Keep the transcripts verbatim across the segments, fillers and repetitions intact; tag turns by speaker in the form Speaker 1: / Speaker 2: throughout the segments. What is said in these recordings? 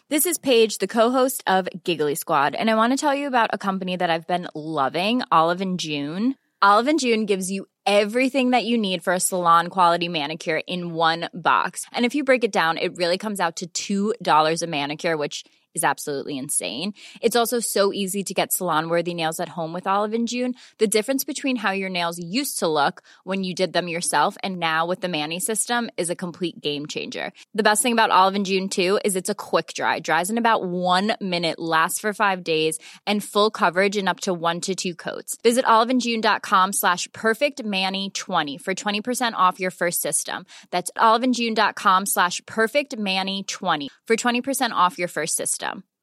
Speaker 1: This is Paige, the co-host of Giggly Squad, and I want to tell you about a company that I've been loving, Olive and June. Olive and June gives you everything that you need for a salon-quality manicure in one box. And if you break it down, it really comes out to two dollars a manicure, which is absolutely insane. It's also so easy to get salon-worthy nails at home with Olive and June. The difference between how your nails used to look when you did them yourself and now with the Mani system is a complete game changer. The best thing about Olive and June, too, is it's a quick dry. Dries in about one minute, lasts for five days, and full coverage in up to one to two coats. Visit oliveandjune.com slash perfectmani20 for twenty percent off your first system. That's oliveandjune.com slash perfectmani20 for twenty percent off your first system.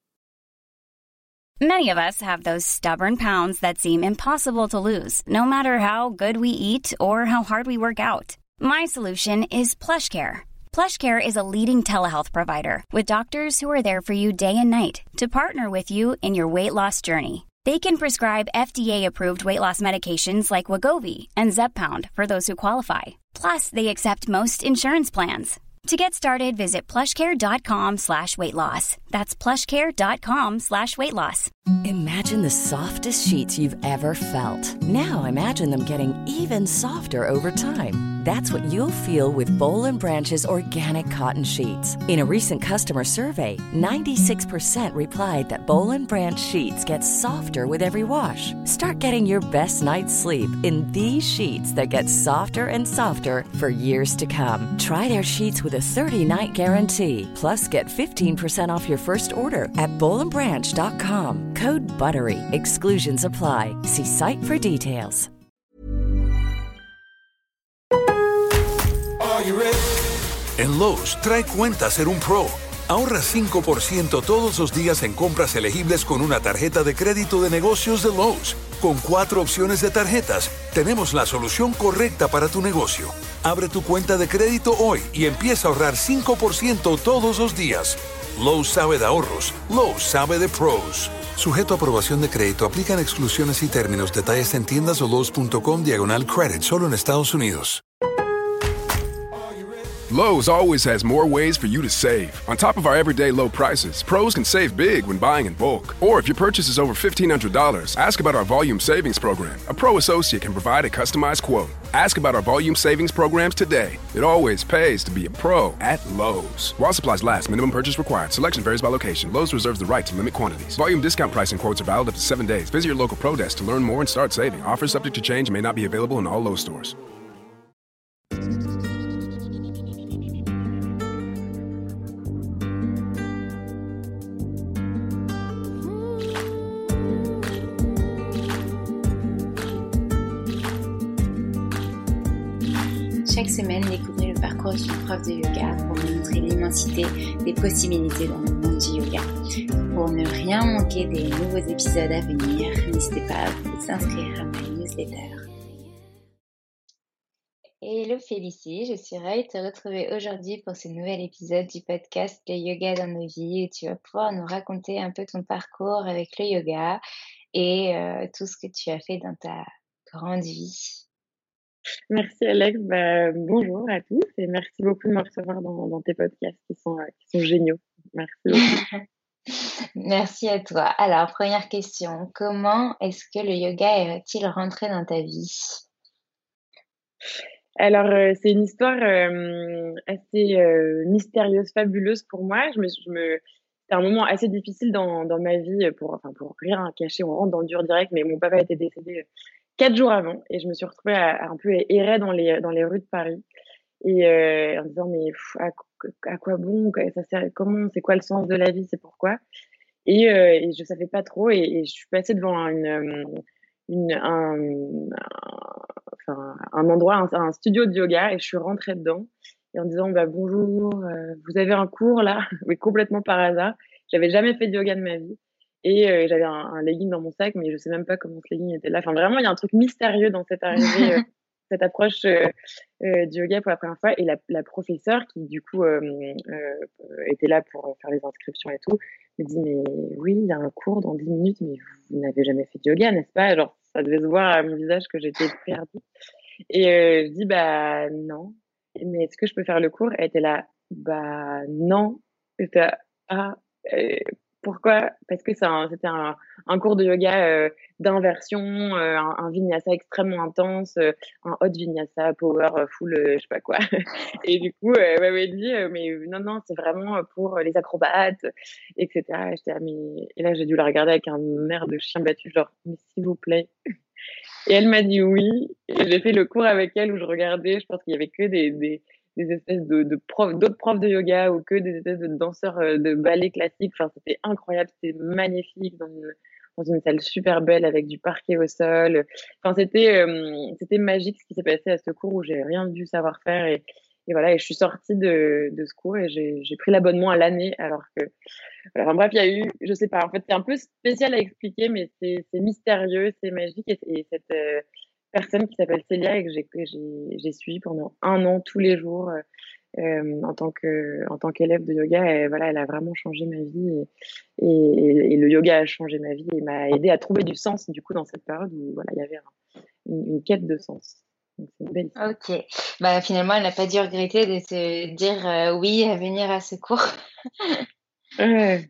Speaker 2: Many of us have those stubborn pounds that seem impossible to lose, no matter how good we eat or how hard we work out. My solution is PlushCare. PlushCare is a leading telehealth provider with doctors who are there for you day and night to partner with you in your weight loss journey. They can prescribe F D A-approved weight loss medications like Wegovy and Zepbound for those who qualify. Plus, they accept most insurance plans. To get started, visit plushcare.com slash weight loss. That's plushcare.com slash weight loss.
Speaker 3: Imagine the softest sheets you've ever felt. Now imagine them getting even softer over time. That's what you'll feel with Boll and Branch's organic cotton sheets. In a recent customer survey, ninety-six percent replied that Boll and Branch sheets get softer with every wash. Start getting your best night's sleep in these sheets that get softer and softer for years to come. Try their sheets with a thirty-night guarantee. Plus, get fifteen percent off your first order at boll and branch dot com. Code BUTTERY. Exclusions apply. See site for details.
Speaker 4: En Lowe's, trae cuenta ser un pro. Ahorra cinco por ciento todos los días en compras elegibles con una tarjeta de crédito de negocios de Lowe's. Con cuatro opciones de tarjetas, tenemos la solución correcta para tu negocio. Abre tu cuenta de crédito hoy y empieza a ahorrar cinco por ciento todos los días. Lowe's sabe de ahorros. Lowe's sabe de pros. Sujeto a aprobación de crédito, aplican exclusiones y términos. Detalles en tiendas o lowes.com diagonal credit, solo en Estados Unidos.
Speaker 5: Lowe's always has more ways for you to save. On top of our everyday low prices, pros can save big when buying in bulk. Or if your purchase is over fifteen hundred dollars, ask about our Volume Savings Program. A pro associate can provide a customized quote. Ask about our Volume Savings Programs today. It always pays to be a pro at Lowe's. While supplies last, minimum purchase required. Selection varies by location. Lowe's reserves the right to limit quantities. Volume discount pricing quotes are valid up to seven days. Visit your local pro desk to learn more and start saving. Offers subject to change and may not be available in all Lowe's stores.
Speaker 6: Chaque semaine, découvrez le parcours d'une prof de yoga pour vous montrer l'immensité des possibilités dans le monde du yoga. Pour ne rien manquer des nouveaux épisodes à venir, n'hésitez pas à vous inscrire à ma newsletter. Hello Félicie, je suis ravie de te retrouver aujourd'hui pour ce nouvel épisode du podcast Le Yoga dans nos vies où tu vas pouvoir nous raconter un peu ton parcours avec le yoga et euh, tout ce que tu as fait dans ta grande vie.
Speaker 7: Merci Alex, bah, bonjour à tous et merci beaucoup de me recevoir dans, dans tes podcasts qui sont, euh, qui sont géniaux. Merci beaucoup.
Speaker 6: Merci à toi. Alors, première question, comment est-ce que le yoga est-il rentré dans ta vie?
Speaker 7: Alors, euh, c'est une histoire euh, assez euh, mystérieuse, fabuleuse pour moi. Je me, je me... C'était un moment assez difficile dans, dans ma vie, pour, enfin, pour rien cacher, on rentre dans le dur direct, mais mon papa était décédé quatre jours avant et je me suis retrouvée à, à un peu errer dans les, dans les rues de Paris et euh, en me disant mais pff, à, à quoi bon, ça sert, comment, c'est quoi le sens de la vie, c'est pourquoi et, euh, et je savais pas trop et, et je suis passée devant une, une, un, un, enfin, un endroit, un, un studio de yoga et je suis rentrée dedans et en disant bah bonjour, euh, vous avez un cours là? Mais complètement par hasard, j'avais jamais fait de yoga de ma vie. Et euh, j'avais un, un legging dans mon sac, mais je sais même pas comment ce legging était là. Enfin, vraiment, il y a un truc mystérieux dans cette arrivée, euh, cette approche euh, euh, du yoga pour la première fois. Et la, la professeure, qui du coup euh, euh, était là pour faire les inscriptions et tout, me dit mais oui, il y a un cours dans dix minutes, mais vous, vous n'avez jamais fait de yoga, n'est-ce pas? Genre, ça devait se voir à mon visage que j'étais perdue. Et euh, je dis bah non. Mais est-ce que je peux faire le cours? Elle était là, bah non. J'étais là, ah. Euh, pourquoi? Parce que c'est un, c'était un, un cours de yoga euh, d'inversion, euh, un, un vinyasa extrêmement intense, euh, un hot vinyasa, power, euh, full, euh, je sais pas quoi. Et du coup, euh, elle m'avait dit, euh, mais non, non, c'est vraiment pour les acrobates, et cetera. Et, j'étais, ah, mais... et là, j'ai dû la regarder avec un air de chien battu, genre, mais s'il vous plaît. Et elle m'a dit oui. Et j'ai fait le cours avec elle où je regardais, je pense qu'il y avait que des, des, des espèces de, de profs, d'autres profs de yoga ou que des espèces de danseurs euh, de ballet classique. Enfin, c'était incroyable, c'était magnifique dans une, dans une salle super belle avec du parquet au sol. Enfin, c'était, euh, c'était magique ce qui s'est passé à ce cours où j'ai rien dû savoir faire et, et voilà. Et je suis sortie de, de ce cours et j'ai, j'ai pris l'abonnement à l'année alors que voilà. Enfin, bref, il y a eu, je sais pas, en fait, c'est un peu spécial à expliquer, mais c'est, c'est mystérieux, c'est magique. Et, et cette euh, personne qui s'appelle Célia et que j'ai, que j'ai, j'ai suivi pendant un an tous les jours euh, euh, en tant que, en tant qu'élève de yoga, et voilà, elle a vraiment changé ma vie et, et, et le yoga a changé ma vie et m'a aidé à trouver du sens, du coup, dans cette période où voilà, il y avait un- une, une quête de sens. Donc, c'est une belle histoire.
Speaker 6: Ok. Bah, finalement, elle n'a pas dû regretter de se dire euh, oui à venir à ce cours.
Speaker 7: Ouais,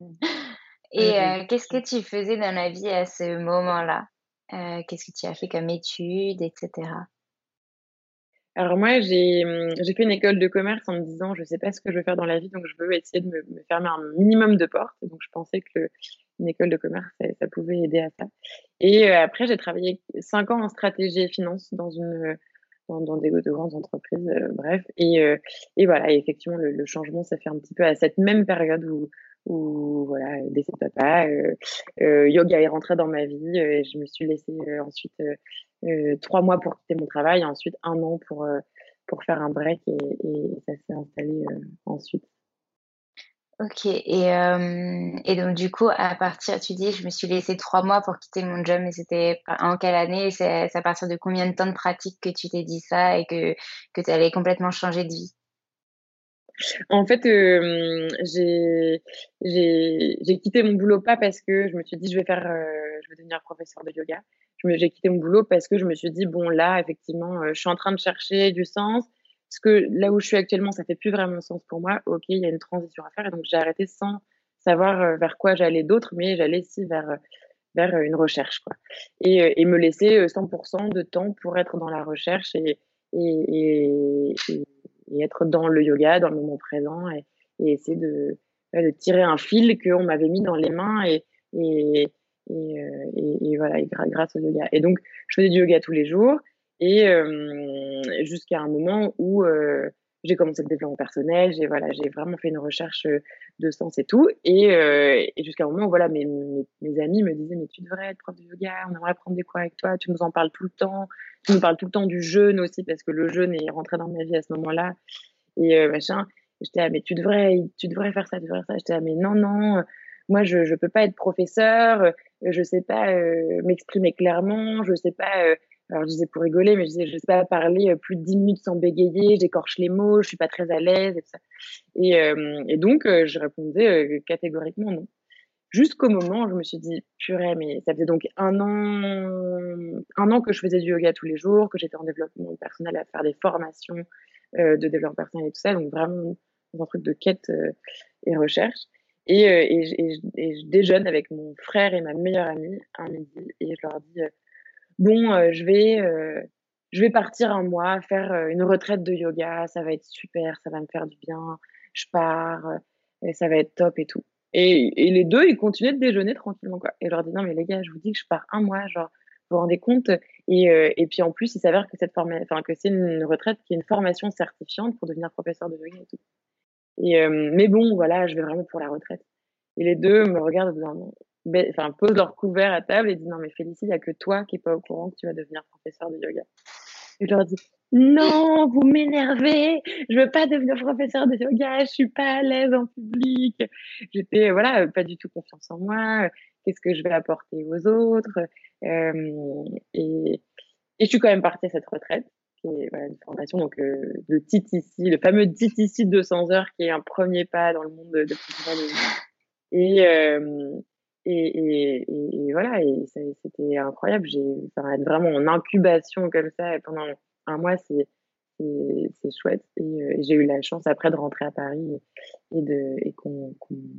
Speaker 6: Et
Speaker 7: ouais, j'ai-
Speaker 6: euh, qu'est-ce que tu faisais dans la vie à ce moment-là? Euh, qu'est-ce que tu as fait comme études, et cetera.
Speaker 7: Alors moi, j'ai hum, j'ai fait une école de commerce en me disant, je sais pas ce que je veux faire dans la vie, donc je veux essayer de me, me fermer un minimum de portes. Donc je pensais que le- une école de commerce, ça, ça pouvait aider à ça. Et euh, après, j'ai travaillé cinq ans en stratégie et finance dans une dans, dans des de grandes entreprises, euh, bref. Et euh, et voilà. Et effectivement, le, le changement, ça fait un petit peu à cette même période où où voilà, décès de papa, euh, euh, yoga est rentré dans ma vie. Euh, et je me suis laissée euh, ensuite. Euh, euh, trois mois pour quitter mon travail, et ensuite un an pour, euh, pour faire un break et, et ça s'est installé euh, ensuite.
Speaker 6: Ok. Et, euh, et donc, du coup, à partir, tu dis, je me suis laissé trois mois pour quitter mon job, mais c'était en quelle année? C'est c'est à partir de combien de temps de pratique que tu t'es dit ça et que, que tu allais complètement changer de vie?
Speaker 7: En fait, euh, j'ai, j'ai, j'ai quitté mon boulot pas parce que je me suis dit je vais faire, euh, je vais devenir professeur de yoga. Je me, j'ai quitté mon boulot parce que je me suis dit bon là effectivement euh, je suis en train de chercher du sens. Parce que là où je suis actuellement, ça fait plus vraiment sens pour moi. Ok, il y a une transition à faire et donc j'ai arrêté sans savoir euh, vers quoi j'allais d'autre, mais j'allais ici vers euh, vers euh, une recherche quoi. Et, euh, et me laisser euh, cent pour cent de temps pour être dans la recherche et et, et, et et être dans le yoga, dans le moment présent et, et essayer de, de tirer un fil qu'on m'avait mis dans les mains et, et, et, euh, et, et voilà, et grâce au yoga. Et donc, je faisais du yoga tous les jours et euh, jusqu'à un moment où euh, j'ai commencé le développement personnel, j'ai voilà, j'ai vraiment fait une recherche de sens et tout. Et, euh, et jusqu'à un moment où voilà, mes, mes, mes amis me disaient, mais tu devrais être prof de yoga, on aimerait prendre des cours avec toi, tu nous en parles tout le temps. Tu nous parles tout le temps du jeûne aussi, parce que le jeûne est rentré dans ma vie à ce moment-là. Et euh, machin. Et j'étais là, mais tu devrais, tu devrais faire ça, tu devrais faire ça. J'étais là, mais non, non, euh, moi, je je peux pas être professeur, euh, je sais pas euh, m'exprimer clairement, je sais pas. Euh, alors, je disais pour rigoler, mais je disais, je sais pas parler euh, plus de dix minutes sans bégayer, j'écorche les mots, je suis pas très à l'aise et tout ça. Et, euh, et donc, euh, je répondais euh, catégoriquement non. Jusqu'au moment où je me suis dit, purée, mais ça faisait donc un an, un an que je faisais du yoga tous les jours, que j'étais en développement personnel à faire des formations euh, de développement personnel et tout ça, donc vraiment dans un truc de quête euh, et recherche. Et, euh, et, je- et, je- et je déjeune avec mon frère et ma meilleure amie un midi et je leur dis, euh, bon, euh, je vais, euh, je vais partir un mois, faire euh, une retraite de yoga, ça va être super, ça va me faire du bien, je pars, euh, et ça va être top et tout. Et, et les deux, ils continuaient de déjeuner tranquillement, quoi. Et je leur dis, non, mais les gars, je vous dis que je pars un mois, genre, vous vous rendez compte? Et, euh, et puis en plus, il s'avère que cette forme, enfin, que c'est une retraite qui est une formation certifiante pour devenir professeur de yoga et tout. Et, euh, mais bon, voilà, je vais vraiment pour la retraite. Et les deux me regardent au bout d'un moment, ba- enfin, posent leur couvert à table et disent, non, mais Félicie, il n'y a que toi qui n'es pas au courant que tu vas devenir professeur de yoga. Et je leur dis, non, vous m'énervez, je veux pas devenir professeur de yoga, je suis pas à l'aise en public. J'étais, voilà, pas du tout confiance en moi, qu'est-ce que je vais apporter aux autres. Euh, et, et je suis quand même partie à cette retraite, qui est voilà, une formation, donc euh, le T T C, le fameux T T C de deux cents heures, qui est un premier pas dans le monde de, de professeur de yoga. Et, euh, et, et, et, et voilà, et ça, c'était incroyable. J'ai, enfin, être vraiment en incubation comme ça pendant un mois, c'est, c'est, c'est chouette. Et, euh, et j'ai eu la chance après de rentrer à Paris et, et de, et qu'on, qu'on,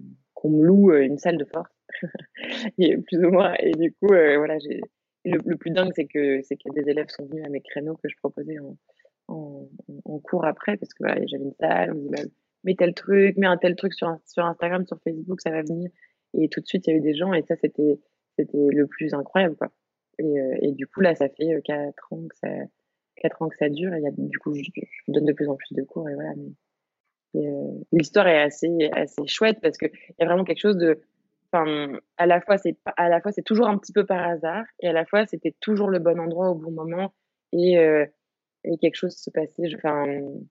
Speaker 7: qu'on me loue une salle de force, et plus ou moins. Et du coup, euh, voilà, j'ai le, le plus dingue, c'est que c'est que des élèves sont venus à mes créneaux que je proposais en, en, en cours après, parce que voilà, j'avais une salle, on me dit bah, mets tel truc, mets un tel truc sur, sur Instagram, sur Facebook, ça va venir. Et tout de suite, il y a eu des gens, et ça, c'était c'était le plus incroyable, quoi. Et, euh, et du coup, là, ça fait quatre ans que ça, quatre ans que ça dure. Et il y a, du coup, je, je donne de plus en plus de cours, et voilà. Mais, et, euh, l'histoire est assez, assez chouette parce qu'il y a vraiment quelque chose de. Enfin, à la fois, c'est à la fois, c'est toujours un petit peu par hasard, et à la fois, c'était toujours le bon endroit au bon moment, et, euh, et quelque chose se passait. Enfin,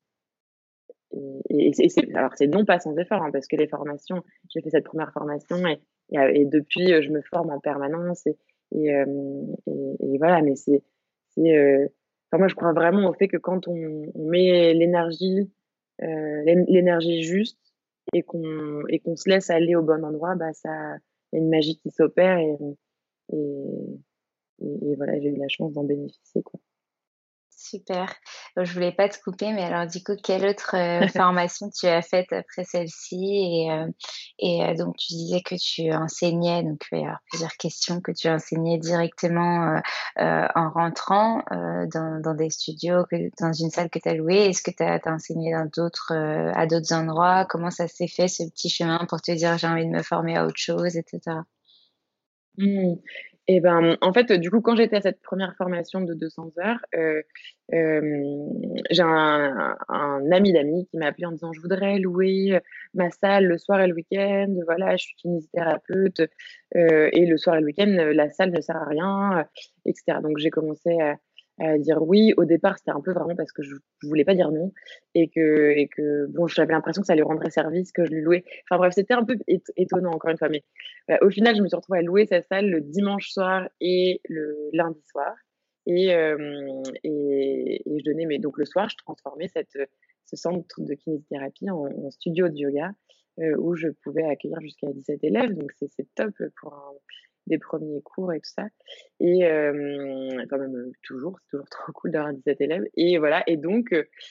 Speaker 7: et, et, et c'est, alors, c'est non pas sans effort, hein, parce que les formations, j'ai fait cette première formation, et, et, et depuis, je me forme en permanence, et, et, euh, et, et voilà, mais c'est. c'est euh, enfin, moi, je crois vraiment au fait que quand on, on met l'énergie, euh, l'énergie juste, et qu'on et qu'on se laisse aller au bon endroit, bah ça, il y a une magie qui s'opère, et, et, et, et voilà, j'ai eu la chance d'en bénéficier, quoi.
Speaker 6: Super. Euh, Je voulais pas te couper, mais alors du coup, quelle autre euh, formation tu as faite après celle-ci? Et, euh, et euh, donc, tu disais que tu enseignais, donc il va y avoir plusieurs questions, que tu enseignais directement euh, euh, en rentrant euh, dans, dans des studios, que, dans une salle que tu as louée. Est-ce que tu as enseigné dans d'autres, euh, à d'autres endroits? Comment ça s'est fait, ce petit chemin pour te dire j'ai envie de me former à autre chose, et cetera.
Speaker 7: Mmh. Et ben, en fait, du coup, quand j'étais à cette première formation de deux cents heures, euh, euh, j'ai un, un ami d'amis qui m'a appelé en disant je voudrais louer ma salle le soir et le week-end. Voilà, je suis kinésithérapeute, euh, et le soir et le week-end, la salle ne sert à rien, euh, et cetera. Donc j'ai commencé à, à dire oui. Au départ, c'était un peu vraiment parce que je, je voulais pas dire non, et que et que bon, j'avais l'impression que ça lui rendrait service que je lui louais. Enfin bref, c'était un peu éton- étonnant encore une fois, mais euh, au final, je me suis retrouvée à louer sa salle le dimanche soir et le lundi soir. Et, euh, et, et je donnais, mais donc le soir, je transformais cette, ce centre de kinésithérapie en, en studio de yoga, euh, où je pouvais accueillir jusqu'à dix-sept élèves. Donc c'est c'est top pour un, des premiers cours et tout ça. Et euh, quand même, euh, toujours, c'est toujours trop cool d'avoir dix-sept élèves. Et voilà, et donc,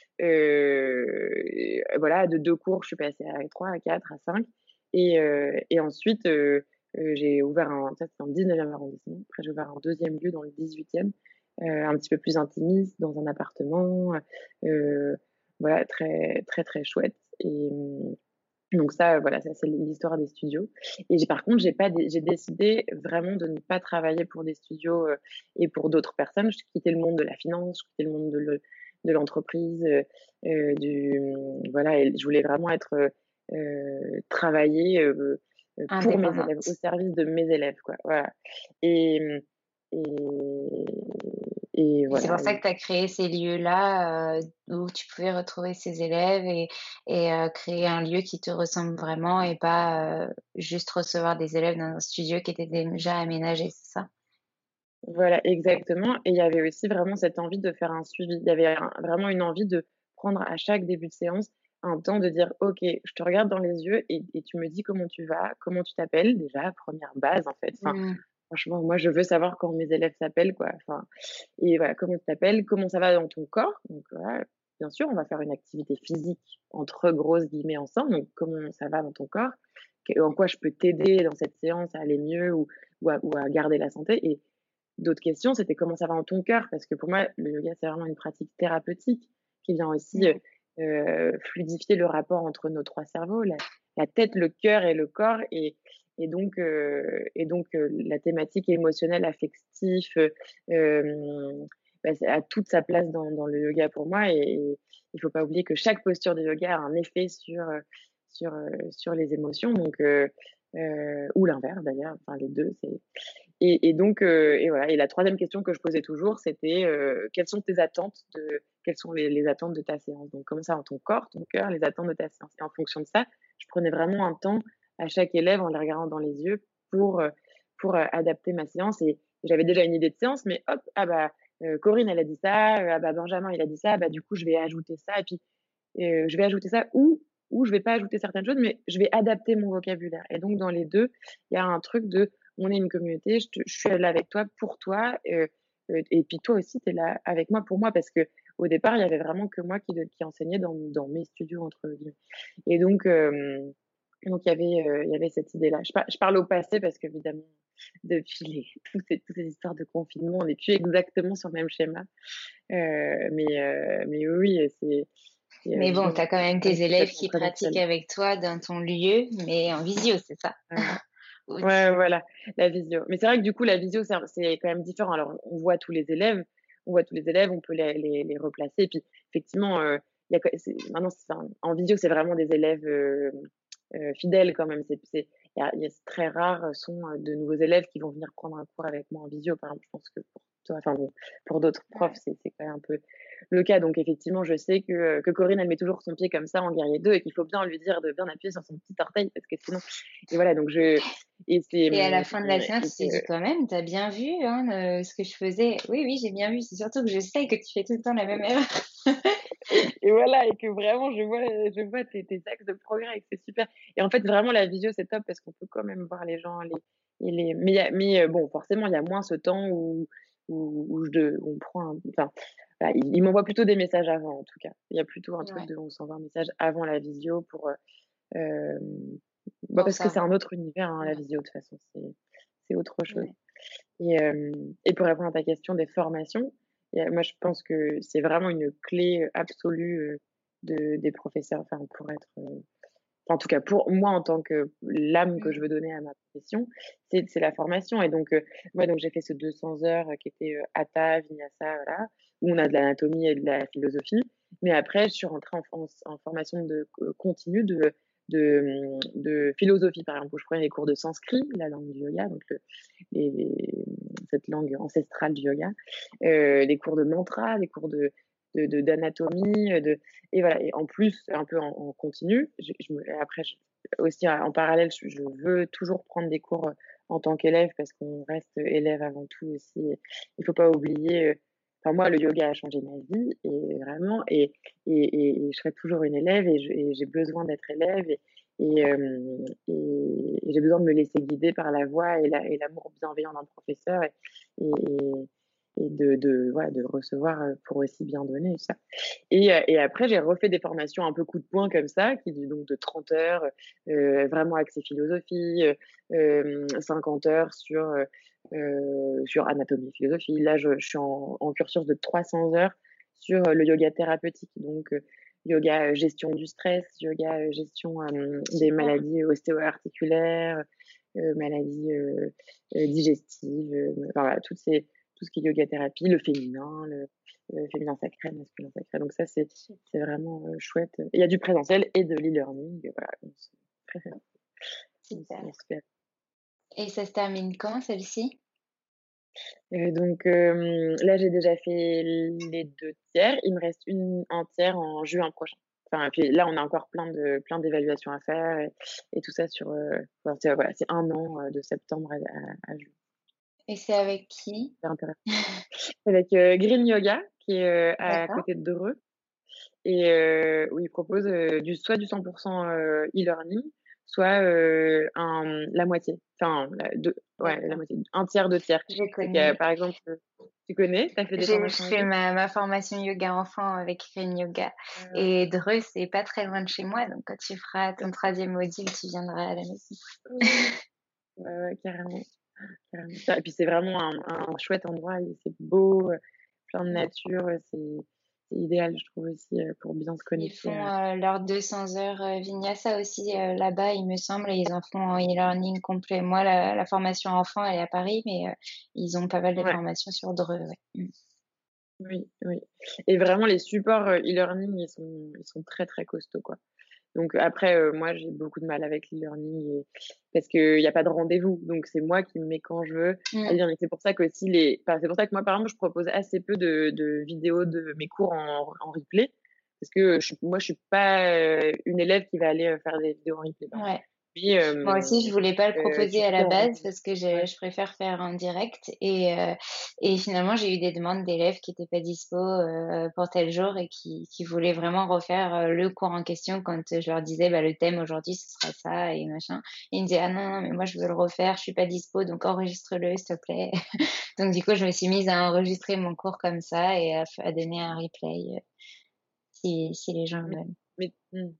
Speaker 7: euh, voilà, de deux cours, je suis passée à trois, à quatre, à cinq. Et, euh, et ensuite, euh, euh, j'ai ouvert un, ça c'était dans le dix-neuvième arrondissement. Après, j'ai ouvert un deuxième lieu dans le dix-huitième, euh, un petit peu plus intimiste, dans un appartement. Euh, voilà, très, très, très chouette. Et donc ça, voilà, ça c'est l'histoire des studios. Et j'ai, par contre, j'ai pas, j'ai décidé vraiment de ne pas travailler pour des studios euh, et pour d'autres personnes. Je quittais le monde de la finance, je quittais le monde de, le, de l'entreprise, euh, euh, du, voilà, et je voulais vraiment être euh, travailler euh, pour mes élèves, au
Speaker 6: Indépendante.
Speaker 7: service de mes élèves, quoi. Voilà. Et, et, et
Speaker 6: Et c'est
Speaker 7: voilà.
Speaker 6: pour ça que tu as créé ces lieux-là, heu, où tu pouvais retrouver ces élèves et et heu, créer un lieu qui te ressemble vraiment et pas, heu, juste recevoir des élèves dans un studio qui était déjà aménagé, c'est ça?
Speaker 7: Voilà, exactement. Et il y avait aussi vraiment cette envie de faire un suivi. Il y avait un- vraiment une envie de prendre à chaque début de séance un temps de dire, OK, je te regarde dans les yeux, et, et tu me dis comment tu vas, comment tu t'appelles, déjà, première base, en fait. Enfin,
Speaker 6: Mmh.
Speaker 7: franchement, moi, je veux savoir comment mes élèves s'appellent, quoi. Enfin, et voilà, comment tu t'appelles, comment ça va dans ton corps. Donc, voilà, bien sûr, on va faire une activité physique entre grosses guillemets ensemble. Donc, comment ça va dans ton corps, que- en quoi je peux t'aider dans cette séance à aller mieux, ou, ou, à, ou à garder la santé. Et d'autres questions, c'était comment ça va dans ton cœur, parce que pour moi, le yoga, c'est vraiment une pratique thérapeutique qui vient aussi euh,
Speaker 6: Mmh.
Speaker 7: euh, fluidifier le rapport entre nos trois cerveaux, la, la tête, le cœur et le corps. Et, et donc, euh, et donc euh, la thématique émotionnelle, affective, euh, euh, bah, ça a toute sa place dans, dans le yoga pour moi. Et, et il faut pas oublier que chaque posture de yoga a un effet sur, euh, sur, euh, sur les émotions, donc, euh, euh, ou l'inverse d'ailleurs, enfin les deux. C'est et, et donc, euh, et voilà. Et la troisième question que je posais toujours, c'était euh, quelles sont tes attentes de, quelles sont les, les attentes de ta séance. Donc, comment ça dans ton corps, ton cœur, les attentes de ta séance. Et en fonction de ça, je prenais vraiment un temps à chaque élève en les regardant dans les yeux pour euh, pour euh, adapter ma séance. Et j'avais déjà une idée de séance, mais hop, ah bah euh, Corinne elle a dit ça, euh, ah bah Benjamin il a dit ça, bah du coup je vais ajouter ça, et puis euh, je vais ajouter ça, ou ou je vais pas ajouter certaines choses, mais je vais adapter mon vocabulaire. Et donc dans les deux, il y a un truc de on est une communauté, je, te, je suis là avec toi pour toi, euh, euh, et puis toi aussi, tu es là avec moi pour moi, parce que au départ, il y avait vraiment que moi qui, qui enseignais dans, dans mes studios, entre guillemets. Et donc, euh, Donc il y avait, heu, il y avait cette idée-là. Je par je parle au passé parce qu'évidemment, depuis les toutes ces toutes ces histoires de confinement, on n'est plus exactement sur le même schéma. Heu, mais heu, mais oui, oui, c'est c'est, heu,
Speaker 6: Mais bon,
Speaker 7: disons,
Speaker 6: tu as quand même
Speaker 7: pas
Speaker 6: tes élèves
Speaker 7: complètement
Speaker 6: qui pratiquent
Speaker 7: présentiel.
Speaker 6: avec toi dans ton lieu, mais en visio, c'est ça?
Speaker 7: Ouais.
Speaker 6: Oui.
Speaker 7: Ouais, voilà, la visio. Mais c'est vrai que du coup, la visio, c'est un c'est quand même différent. Alors, on voit tous les élèves, on voit tous les élèves, on peut les les les replacer. Et puis, effectivement, heu, il y a que c'est maintenant, c'est enfin, en visio, c'est vraiment des élèves, heu heu, fidèles quand même. C'est c'est il y a il y a c'est très rare, heu, sont, heu, de nouveaux élèves qui vont venir prendre un cours avec moi en visio, par exemple. Je pense que pour toi, enfin bon, pour d'autres profs,
Speaker 6: Ouais.
Speaker 7: c'est c'est quand même un peu le cas. Donc effectivement, je sais que, heu, que Corinne, elle met toujours son pied comme ça en guerrier deux et qu'il faut bien lui dire de bien appuyer sur son petit orteil parce que sinon et voilà, donc je et c'est,
Speaker 6: Et à la
Speaker 7: mmh
Speaker 6: fin de la séance,
Speaker 7: et
Speaker 6: tu t'es dit:
Speaker 7: que
Speaker 6: «Quand même, tu as bien vu, hein, heu, ce que je faisais?» «Oui, oui, j'ai bien vu, c'est surtout que je sais que tu fais tout le temps la même erreur».
Speaker 7: et et voilà et que vraiment je vois, je vois tes tes axes de progrès et que c'est super et en fait, vraiment la visio, c'est top parce qu'on peut quand même voir les gens, les et les mais il y a mais heu, bon, forcément, il y a moins ce temps où où où je de où on prend un enfin, voilà, ils ils m'envoient plutôt des messages avant, en tout cas. Il y a plutôt un truc
Speaker 6: Ouais,
Speaker 7: de on s'envoie un message avant la visio pour, heu, hem, bah,
Speaker 6: pour
Speaker 7: parce que c'est un
Speaker 6: savoir.
Speaker 7: autre univers, hein, la
Speaker 6: Ouais,
Speaker 7: visio, de toute façon, c'est c'est autre chose.
Speaker 6: ouais.
Speaker 7: Et, hem et pour répondre à ta question des formations, il y a moi je pense que c'est vraiment une clé, heu, absolue, heu, de des professeurs, enfin pour être, heu, enfin en tout cas pour moi en tant que l'âme que je
Speaker 6: Mmh.
Speaker 7: veux donner à ma profession, c'est c'est la formation et donc heu, moi donc j'ai fait ce deux cents heures, heu, qui était, heu, Hatha, Vinyasa, voilà, où on a de l'anatomie et de la philosophie. Mais après je suis rentrée en en en formation de co continue de de, mmh, de philosophie, par exemple, où je prenais les cours de sanskrit, la langue du yoga, donc le les les cette langue ancestrale du yoga, heu, des cours de mantra, des cours de de de d'anatomie, heu, de et voilà et en plus, un peu en en continu, je je me après je aussi en parallèle, je je veux toujours prendre des cours, heu, en tant qu'élève parce qu'on reste élève avant tout aussi. Il faut pas oublier, heu, enfin moi le yoga a changé ma vie et vraiment et et et et je serai toujours une élève et je et j'ai besoin d'être élève et et hem et et j'ai besoin de me laisser guider par la voix et la et l'amour bienveillant d'un professeur et et et et de de voilà, de recevoir, heu, pour aussi bien donner, ça. Et heu et après j'ai refait des formations un peu coup de poing comme ça, qui donc de trente heures, heu, vraiment axées philosophie, heu, hem, cinquante heures sur, heu heu, sur anatomie et philosophie. Là, je je suis en en cursus de trois cents heures sur, heu, le yoga thérapeutique, donc heu, yoga, heu, gestion du stress, yoga, heu, gestion, hem, des
Speaker 6: Super.
Speaker 7: maladies ostéo-articulaires, heu, maladies, heu heu, digestives, heu, enfin voilà, toutes ces tout ce qui est yoga thérapie, le féminin, le le féminin sacré, masculin sacré. Donc ça, c'est c'est vraiment, heu, chouette. Il y a du présentiel et de l'e-learning, voilà, donc c'est donc
Speaker 6: Super.
Speaker 7: c'est super.
Speaker 6: Et ça se termine quand celle-ci?
Speaker 7: Heu, donc hem, là, j'ai déjà fait les deux tiers. Il me reste une un tiers en juin prochain. Enfin, et puis là, on a encore plein de plein d'évaluations à faire et et tout ça sur, heu, enfin, c'est voilà, c'est un an, heu, de septembre à à à juin.
Speaker 6: Et c'est avec qui?
Speaker 7: C'est intéressant. Avec, heu, Green Yoga qui est, heu, à
Speaker 6: D'accord.
Speaker 7: côté de Dreux. Et heu, où ils proposent, heu, du soit du cent heu, e-learning, soit, heu, un la moitié, enfin la deux ouais, la
Speaker 6: D'accord.
Speaker 7: moitié, un tiers, deux tiers.
Speaker 6: Je
Speaker 7: Donc il y a
Speaker 6: connais.
Speaker 7: par exemple, heu tu connais? Tu as fait des
Speaker 6: J'ai
Speaker 7: formations avec
Speaker 6: fait
Speaker 7: eux?
Speaker 6: ma ma formation yoga enfant avec Green Yoga et
Speaker 7: Ah,
Speaker 6: Dreux, c'est pas très loin de chez moi, donc quand tu feras ton troisième module, tu viendras à la maison.
Speaker 7: ouais, ouais, ouais, carrément, carrément. Ça et puis c'est vraiment un un chouette endroit et c'est beau, heu, plein de
Speaker 6: Ouais.
Speaker 7: nature, heu, c'est c'est idéal je trouve aussi, heu, pour bien se
Speaker 6: Ils
Speaker 7: connecter
Speaker 6: font,
Speaker 7: à
Speaker 6: heu, leurs deux cents heures, heu, Vinyasa aussi, heu, là-bas, il me semble et ils en font en e-learning complet. Moi, la la formation enfant, elle est à Paris, mais heu, ils ont pas mal de
Speaker 7: ouais.
Speaker 6: formations sur Dreux, ouais. Mmh.
Speaker 7: Oui, oui et vraiment les supports, heu, e-learning, ils sont ils sont très, très costauds, quoi. Donc après, heu, moi, j'ai beaucoup de mal avec l'e-learning et parce qu'il y a pas de rendez-vous. Donc c'est moi qui me mets quand je veux à
Speaker 6: Mmh.
Speaker 7: lire et c'est pour ça qu'aussi les enfin, c'est pour ça que moi, par exemple, je propose assez peu de de vidéos de mes cours en en replay parce que je suis moi, je suis pas, heu, une élève qui va aller, heu, faire des vidéos en replay, par exemple.
Speaker 6: Ouais.
Speaker 7: Mais
Speaker 6: Moi
Speaker 7: hem,
Speaker 6: aussi, je voulais pas le
Speaker 7: heu, tu
Speaker 6: proposer à
Speaker 7: peux
Speaker 6: la
Speaker 7: en
Speaker 6: base
Speaker 7: replay.
Speaker 6: parce que je
Speaker 7: Ouais,
Speaker 6: je préfère faire en direct et heu et finalement, j'ai eu des demandes d'élèves qui étaient pas dispo, heu, pour tel jour et qui qui voulaient vraiment refaire, heu, le cours en question quand, heu, je leur disais: «Bah, le thème aujourd'hui, ce sera ça» et machin. Ils me disaient: «Ah non, non, mais moi, je veux le refaire, je suis pas dispo, donc enregistre-le, s'il te plaît». Donc du coup, je me suis mise à enregistrer mon cours comme ça et à f à donner un replay, heu, si si les gens
Speaker 7: mais
Speaker 6: veulent.
Speaker 7: mais mmh.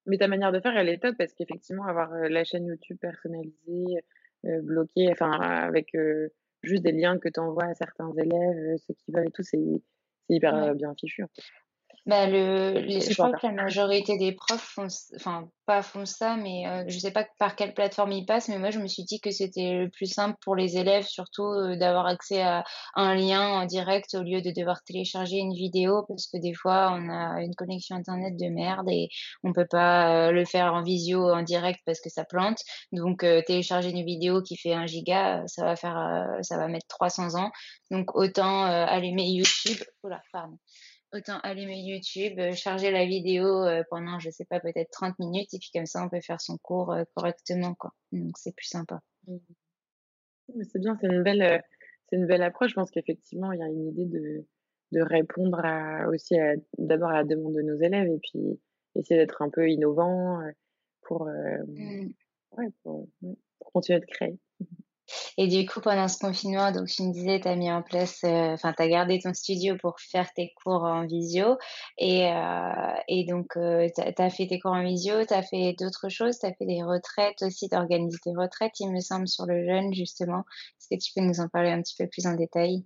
Speaker 7: mais ta manière de faire, elle est top parce qu'effectivement, avoir euh, la chaîne YouTube personnalisée, euh, bloquée, enfin, avec euh, juste des liens que tu envoies à certains élèves, euh, ceux qui veulent et tout, c'est c'est hyper
Speaker 6: Ouais.
Speaker 7: euh, bien fichu, en fait.
Speaker 6: Bah, le les
Speaker 7: C'est
Speaker 6: je crois
Speaker 7: sympa.
Speaker 6: que la majorité des profs font ç enfin, pas font ça, mais heu, je sais pas par quelle plateforme ils passent, mais moi, je me suis dit que c'était le plus simple pour les élèves, surtout, heu, d'avoir accès à un lien en direct au lieu de devoir télécharger une vidéo parce que des fois, on a une connexion internet de merde et on peut pas, heu, le faire en visio en direct parce que ça plante. Donc heu, télécharger une vidéo qui fait un giga, heu, ça va faire, heu, ça va mettre trois cents ans. Donc autant, heu, allumer YouTube. Ouh là, pardon. Autant allumer YouTube, heu, charger la vidéo, heu, pendant, je sais pas, peut-être trente minutes et puis comme ça, on peut faire son cours, heu, correctement, quoi. Donc c'est plus sympa.
Speaker 7: Mmh. Mais c'est bien, c'est une belle, heu, c'est une belle approche. Je pense qu'effectivement, il y a une idée de de répondre à aussi à d'abord à la demande de nos élèves et puis essayer d'être un peu innovant, heu, pour, hem,
Speaker 6: Mmh.
Speaker 7: ouais, pour, ouais, pour continuer de créer.
Speaker 6: Et du coup, pendant ce confinement, donc tu me disais, tu as mis en place, heu, enfin, tu as gardé ton studio pour faire tes cours en visio et heu et donc heu, tu as tu as fait tes cours en visio, tu as fait d'autres choses? Tu as fait des retraites aussi, tu organises des retraites, il me semble, sur le jeûne, justement. Est-ce que tu peux nous en parler un petit peu plus en détail?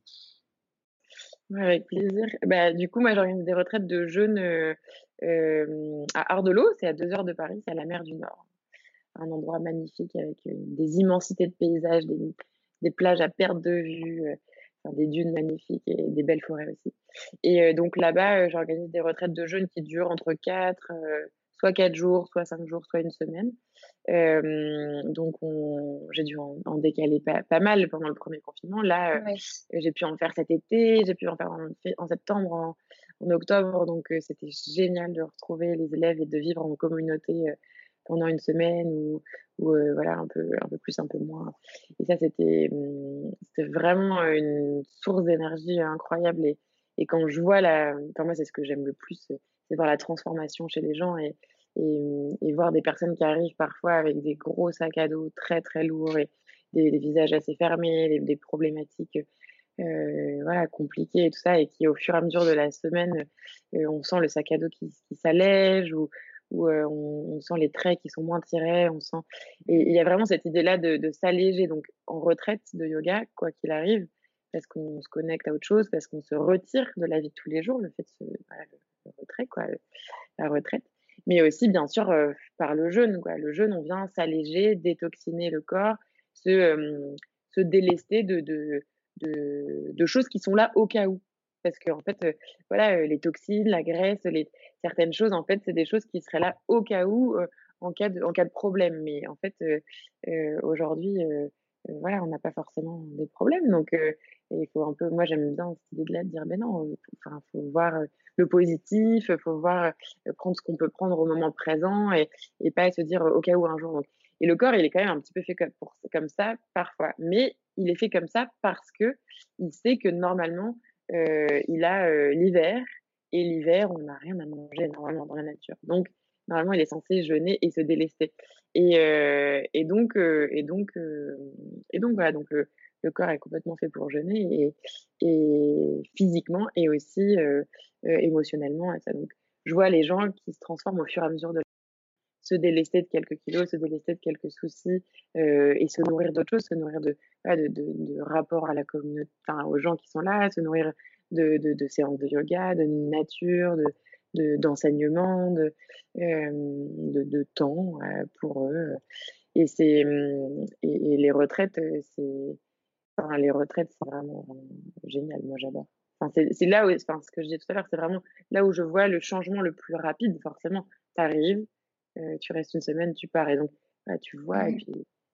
Speaker 7: Ouais, avec plaisir. Bah, du coup, moi, j'organise des retraites de jeunes, heu, hem, à Ardelot, c'est à deux heures de Paris, c'est à la mer du Nord. Un endroit magnifique avec, heu, des immensités de paysages, des des plages à perte de vue, heu, enfin des dunes magnifiques et des belles forêts aussi. Et heu, donc là-bas, heu, j'organise des retraites de jeunes qui durent entre quatre, heu, soit quatre jours, soit cinq jours, soit une semaine. Hem, donc on j'ai dû en en décaler pas pas mal pendant le premier confinement. Là, heu,
Speaker 6: Oui.
Speaker 7: j'ai pu en faire cet été, j'ai pu en faire en fé en septembre, en en octobre, donc heu, c'était génial de retrouver les élèves et de vivre en communauté, heu, pendant une semaine ou ou heu, voilà, un peu un peu plus, un peu moins. Et ça, c'était, mmh, c'était vraiment, heu, une source d'énergie incroyable. et et quand je vois la enfin moi, c'est ce que j'aime le plus, heu, c'est voir la transformation chez les gens et et mmh et voir des personnes qui arrivent parfois avec des gros sacs à dos très, très lourds et des des visages assez fermés, des des problématiques, heu, voilà, compliquées et tout ça et qui, au fur et à mesure de la semaine, heu, on sent le sac à dos qui qui s'allège ou ou heu, on on sent les traits qui sont moins tirés, on sent et il y a vraiment cette idée-là de de s'alléger donc en retraite de yoga, quoi qu'il arrive, parce qu'on se connecte à autre chose, parce qu'on se retire de la vie de tous les jours, le fait de se voilà, le le retrait quoi, le la retraite. Mais aussi bien sûr, heu, par le jeûne quoi. Le jeûne, on vient s'alléger, détoxiner le corps, se, hem, se délester de de de de choses qui sont là au cas où. Parce qu'en fait, heu, voilà, heu, les toxines, la graisse, les certaines choses, en fait, c'est des choses qui seraient là au cas où, heu, en cas de en cas de problème. Mais en fait, heu heu, aujourd'hui, heu heu, voilà, on n'a pas forcément des problèmes donc heu et il faut un peu moi, j'aime bien cette idée-là de dire: «Beh non, heu, enfin, faut voir, heu, le positif, faut voir, heu, prendre ce qu'on peut prendre au moment présent et et pas se dire, heu, au cas où un jour». Donc et le corps, il est quand même un petit peu fait comme pour comme ça parfois, mais il est fait comme ça parce que il sait que normalement, heu, il a, heu, l'hiver et l'hiver, on n'a rien à manger normalement dans la nature. Donc normalement, il est censé jeûner et se délester et heu et donc heu et donc heu et donc voilà, donc le le corps est complètement fait pour jeûner et et physiquement et aussi, heu heu, émotionnellement et ça donc je vois les gens qui se transforment au fur et à mesure de se délester de quelques kilos, se délester de quelques soucis, heu et se nourrir d'autres choses, se nourrir de voilà, de de de rapport à la communauté, enfin, aux gens qui sont là, se nourrir de de de séances de yoga, de nature, de de d'enseignement, de, hem, de de temps, heu, pour eux, et c'est, mmh et et les retraites, heu, c'est enfin, les retraites, c'est vraiment génial. Moi, j'adore. Enfin, c'est c'est là où enfin, ce que je disais tout à l'heure, c'est vraiment là où je vois le changement le plus rapide, forcément. Tu arrives, heu, tu restes une semaine, tu pars et donc là, tu vois et
Speaker 6: Mmh.
Speaker 7: puis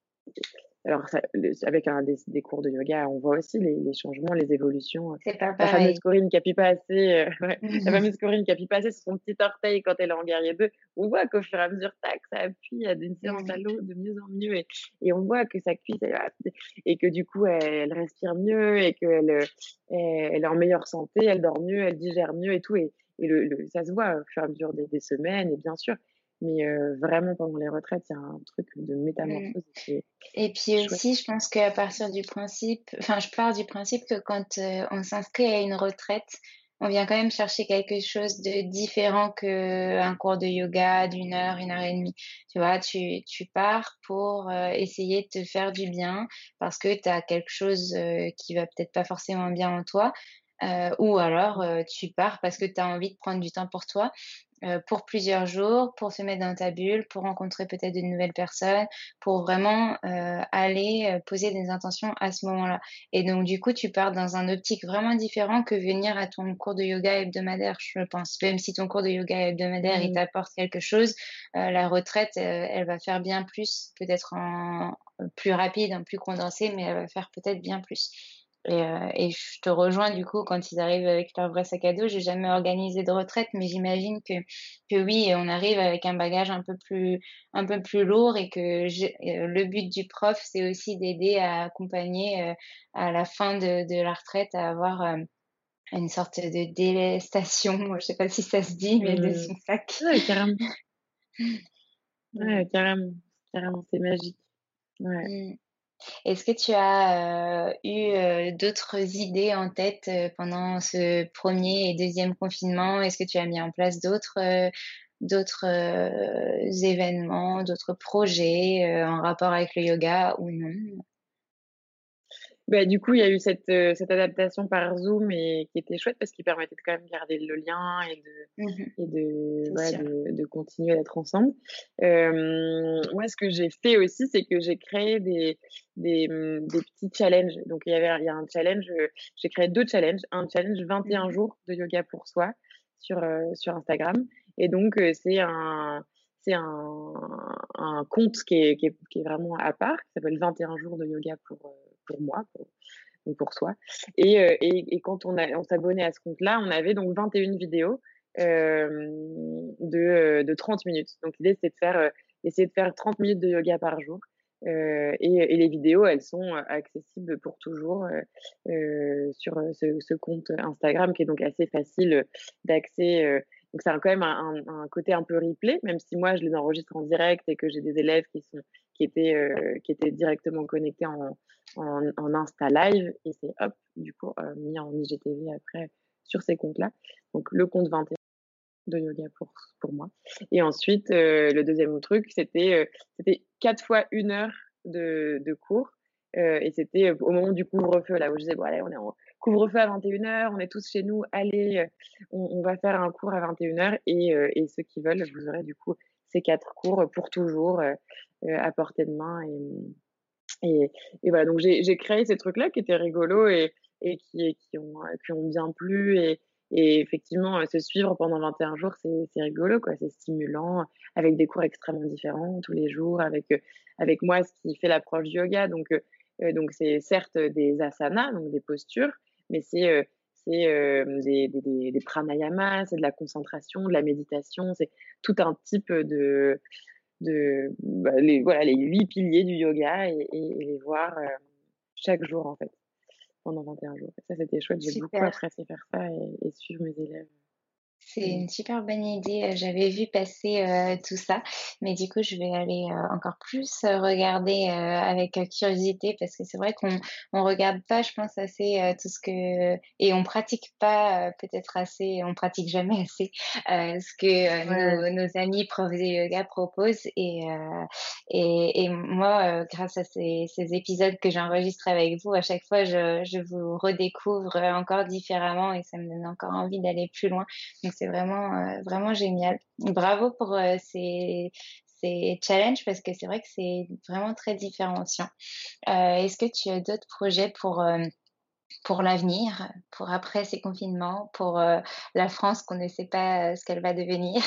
Speaker 7: alors ça le avec un des des cours de yoga, on voit aussi les les changements, les évolutions, heu,
Speaker 6: C'est pas
Speaker 7: la fameuse
Speaker 6: pareil.
Speaker 7: Corinne qui appuie pas assez, heu, ouais, la
Speaker 6: Mmh.
Speaker 7: fameuse Corinne qui appuie pas assez sur son petit orteil quand elle est en guerrier deux. On voit qu'au fur et à mesure, tac, ça appuie, à d'une séance à
Speaker 6: Oui.
Speaker 7: l'autre de mieux en mieux et et on voit que sa cuisse, elle va et que du coup, elle elle respire mieux et qu'elle, heu, elle elle est en meilleure santé, elle dort mieux, elle digère mieux et tout et et le le ça se voit au fur et à mesure des des semaines et bien sûr, mais heu, vraiment pendant les retraites, il y a un truc de
Speaker 6: Mmh.
Speaker 7: métamorphose qui est
Speaker 6: Et puis
Speaker 7: chouette.
Speaker 6: aussi, je pense qu'à partir du principe enfin, je pars du principe que quand, heu, on s'inscrit à une retraite, on vient quand même chercher quelque chose de différent qu'un cours de yoga d'une heure, une heure et demie. Tu vois, tu, tu pars pour euh, essayer de te faire du bien parce que tu as quelque chose euh, qui va peut-être pas forcément bien en toi. Euh, ou alors euh, tu pars parce que tu as envie de prendre du temps pour toi, euh, pour plusieurs jours, pour se mettre dans ta bulle, pour rencontrer peut-être de nouvelles personnes, pour vraiment euh, aller euh, poser des intentions à ce moment-là. Et donc du coup, tu pars dans un optique vraiment différent que venir à ton cours de yoga hebdomadaire, je pense. Même si ton cours de yoga hebdomadaire, il
Speaker 7: Mmh.
Speaker 6: t'apporte quelque chose, euh, la retraite, euh, elle va faire bien plus, peut-être en plus rapide, en plus condensé, mais elle va faire peut-être bien plus. Et, euh, et je te rejoins du coup quand ils arrivent avec leur vrai sac à dos. J'ai jamais organisé de retraite, mais j'imagine que que oui, on arrive avec un bagage un peu plus un peu plus lourd et que j'ai- euh, le but du prof, c'est aussi d'aider à accompagner euh, à la fin de, de la retraite à avoir euh, une sorte de délestation. Je sais pas si ça se dit, mais de
Speaker 7: Mmh.
Speaker 6: son sac.
Speaker 7: Ouais, carrément. Ouais,
Speaker 6: Mm.
Speaker 7: carrément. Carrément, c'est magique. Ouais.
Speaker 6: Mm. Est-ce que tu as euh, eu euh, d'autres idées en tête euh, pendant ce premier et deuxième confinement? Est-ce que tu as mis en place d'autres euh, d'autres euh, événements, d'autres projets euh, en rapport avec le yoga ou non?
Speaker 7: Bah, du coup, il y a eu cette, heu, cette adaptation par Zoom et qui était chouette parce qu'il permettait de quand même garder le lien et de
Speaker 6: Mhm,
Speaker 7: et de
Speaker 6: c'est
Speaker 7: voilà,
Speaker 6: sûr.
Speaker 7: de de continuer d'être ensemble. Hem, moi, ce que j'ai fait aussi, c'est que j'ai créé des des, mmh, des petits challenges. Donc il y avait il y a un challenge, heu, j'ai créé deux challenges. Un challenge vingt et un
Speaker 6: Mhm,
Speaker 7: jours de yoga pour soi sur, heu, sur Instagram et donc heu, c'est un c'est un un compte qui est qui est qui est vraiment à part, qui s'appelle vingt et un jours de yoga pour, heu, pour moi, pour donc pour soi. Et, euh, et, et quand on, a, on s'abonnait à ce compte-là, on avait donc vingt et une vidéos euh, de, euh, de trente minutes. Donc l'idée, c'est de faire, euh, essayer de faire trente minutes de yoga par jour. Euh, et, et les vidéos, elles sont accessibles pour toujours euh, euh, sur ce, ce compte Instagram qui est donc assez facile d'accès. Euh, donc c'est quand même un, un, un côté un peu replay, même si moi je les enregistre en direct et que j'ai des élèves qui sont qui étaient euh, qui étaient directement connectés en, en, en Insta Live et c'est hop, du coup, euh, mis en I G T V après sur ces comptes-là. Donc, le compte vingt et un de yoga pour, pour moi. Et ensuite, euh, le deuxième truc, c'était euh, c'était quatre fois une heure de, de cours. Euh, et c'était au moment du couvre-feu, là où je disais, bon, allez, on est en couvre-feu à vingt et une heures, on est tous chez nous, allez, euh, on, on va faire un cours à vingt et une heures. Et, euh, et ceux qui veulent, vous aurez du coup ces quatre cours pour toujours euh, euh, à portée de main. Et, et, et voilà, donc j'ai, j'ai créé ces trucs-là qui étaient rigolos et, et qui, qui, ont, qui ont bien plu. Et, et effectivement, se suivre pendant vingt et un jours, c'est, c'est rigolo, quoi. C'est stimulant, avec des cours extrêmement différents tous les jours, avec, avec moi, ce qui fait l'approche du yoga. Donc, euh, donc c'est certes des asanas, donc des postures, mais c'est, euh, c'est euh, des, des, des, des pranayamas, c'est de la concentration, de la méditation, c'est tout un type de de bah, les voilà les huit piliers du yoga et, et, et les voir euh, chaque jour en fait pendant vingt et un jours. Et ça c'était chouette, j'ai beaucoup
Speaker 6: Super.
Speaker 7: apprécié faire ça et, et suivre mes élèves.
Speaker 6: C'est
Speaker 7: Mm.
Speaker 6: une super bonne idée. Euh, J'avais vu passer euh, tout ça, mais du coup, je vais aller euh, encore plus euh, regarder euh, avec euh, curiosité parce que c'est vrai qu'on on regarde pas, je pense, assez euh, tout ce que et on pratique pas euh, peut-être assez, on pratique jamais assez euh, ce que
Speaker 7: Ouais.
Speaker 6: euh, nos, nos amis profs de yoga proposent. Et euh, et, et moi, euh, grâce à ces, ces épisodes que j'enregistre avec vous, à chaque fois, je, je vous redécouvre euh, encore différemment et ça me donne encore envie d'aller plus loin. Donc c'est vraiment, euh, vraiment génial. Bravo pour euh, ces, ces challenges parce que c'est vrai que c'est vraiment très différenciant. Euh, est-ce que tu as d'autres projets pour, euh, pour l'avenir, pour après ces confinements, pour euh, la France qu'on ne sait pas euh, ce qu'elle va devenir?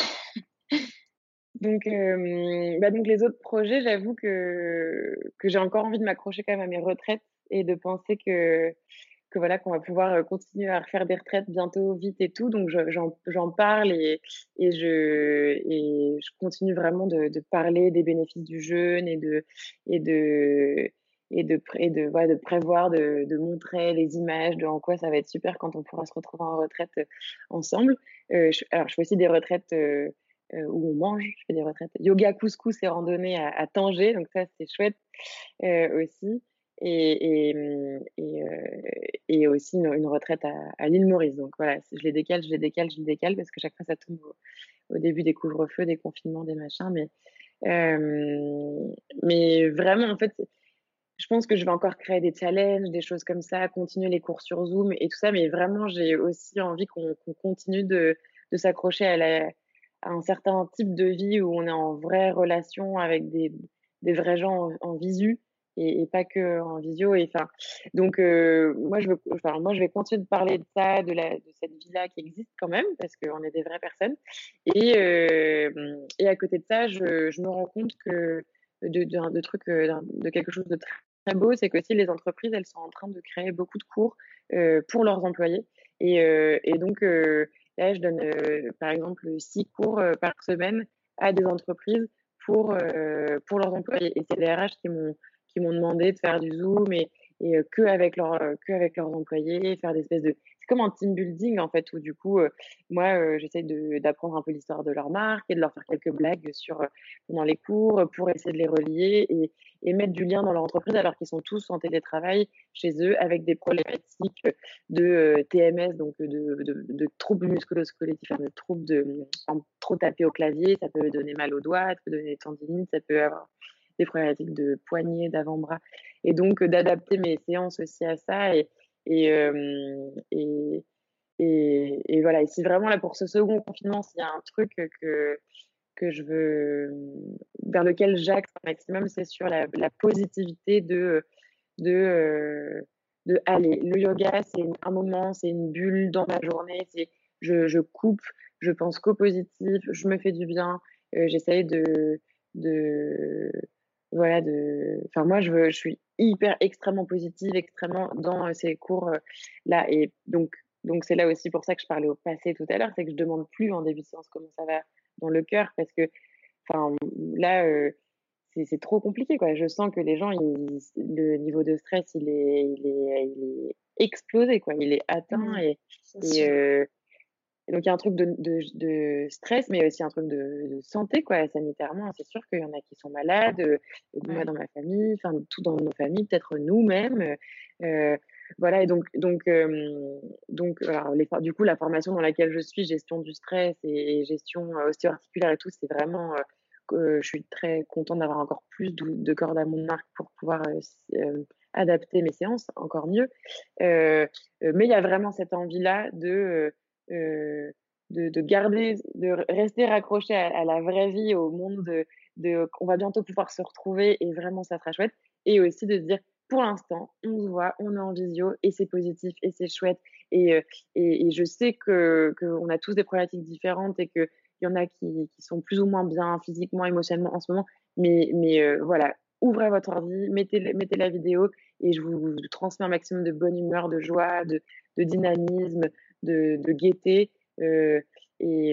Speaker 7: Donc, euh, bah donc les autres projets, j'avoue que que j'ai encore envie de m'accrocher quand même à mes retraites et de penser que que voilà qu'on va pouvoir euh, continuer à refaire des retraites bientôt vite et tout. Donc je- j'en j'en parle et et je et je continue vraiment de de parler des bénéfices du jeûne et de et de et de pré- et de voilà, de prévoir de de montrer les images de en quoi ça va être super quand on pourra se retrouver en retraite euh, ensemble. Euh, je, alors je fais aussi des retraites euh, euh, où on mange. Je fais des retraites yoga couscous et randonnée à, à Tanger, donc ça c'est chouette euh, aussi. et, et, mmh, et, heu, et aussi une, une retraite à, à l'île Maurice. Donc voilà, je les décale, je les décale, je les décale parce que chaque fois ça tombe au, au début des couvre-feux, des confinements, des machins. Mais, euh, mais vraiment, en fait, je pense que je vais encore créer des challenges, des choses comme ça, continuer les cours sur Zoom et tout ça. Mais vraiment, j'ai aussi envie qu'on qu'on continue de, de s'accrocher à, la, à un certain type de vie où on est en vraie relation avec des, des vrais gens en, en visu et, et pas que en visio. Et enfin, donc euh, moi, je veux, enfin, moi, je vais continuer de parler de ça, de, la, de cette vie-là qui existe quand même, parce qu'on est des vraies personnes. Et, euh, et à côté de ça, je, je me rends compte que de, de, de trucs, de, de quelque chose de très très beau, c'est qu'aussi les entreprises, elles sont en train de créer beaucoup de cours euh, pour leurs employés. Et, euh, et donc, euh, là, je donne, euh, par exemple, six cours euh, par semaine à des entreprises pour, euh, pour leurs employés. Et c'est les R H qui m'ont qui m'ont demandé de faire du Zoom et, et euh, que, avec leur, euh, que avec leurs employés, faire des espèces de... C'est comme un team building, en fait, où du coup, euh, moi, euh, j'essaie de, d'apprendre un peu l'histoire de leur marque et de leur faire quelques blagues sur, euh, pendant les cours pour essayer de les relier et, et mettre du lien dans leur entreprise alors qu'ils sont tous en télétravail chez eux avec des problématiques de euh, T M S, donc de, de, de troubles musculo-squelettifs, de troubles de en, trop taper au clavier, ça peut donner mal aux doigts, ça peut donner des tendinites, ça peut avoir des problématiques de poignet, d'avant-bras. Et donc euh, d'adapter mes séances aussi à ça et, et, euh, et, et, et voilà. Et si vraiment là pour ce second confinement, s'il y a un truc que que je veux, vers lequel j'axe un maximum, c'est sur la, la positivité de, de, euh, de, allez, le yoga, c'est un moment, c'est une bulle dans ma journée, c'est, je, je coupe, je pense qu'au positif, je me fais du bien, euh, j'essaye de, de, voilà, de, enfin, moi, je veux, je suis hyper, extrêmement positive, extrêmement dans ces cours euh, là. Et donc, donc, c'est là aussi pour ça que je parlais au passé tout à l'heure, c'est que je demande plus en début de séance comment ça va dans le cœur parce que, enfin, là, euh, c'est, c'est trop compliqué, quoi. Je sens que les gens, ils, le niveau de stress, il est, il est, il est explosé, quoi. Il est atteint
Speaker 6: Mmh,
Speaker 7: et, et, euh, et donc il y a un truc de, de, de stress, mais aussi un truc de, de santé, quoi. Sanitairement, c'est sûr qu'il y en a qui sont malades, euh, moi
Speaker 6: ouais.
Speaker 7: dans ma famille, enfin tout dans nos familles, peut-être nous-mêmes. Euh, voilà, et donc, donc, euh, donc alors, les, du coup, la formation dans laquelle je suis, gestion du stress et, et gestion euh, ostéo-articulaire et tout, c'est vraiment, euh, euh, je suis très contente d'avoir encore plus de, de cordes à mon arc pour pouvoir euh, euh, adapter mes séances encore mieux. Euh, euh, mais il y a vraiment cette envie-là de, euh, euh, de, de garder, de rester raccroché à, à la vraie vie, au monde de, de, on va bientôt pouvoir se retrouver et vraiment ça sera chouette. Et aussi de se dire, pour l'instant, on se voit, on est en visio et c'est positif et c'est chouette. Et, euh, et, et je sais que qu'on a tous des problématiques différentes et qu'il y en a qui, qui sont plus ou moins bien physiquement, émotionnellement en ce moment. Mais, mais euh, voilà, ouvrez votre ordi, mettez, mettez la vidéo et je vous, vous transmets un maximum de bonne humeur, de joie, de, de dynamisme, de, de gaieté. Euh, et,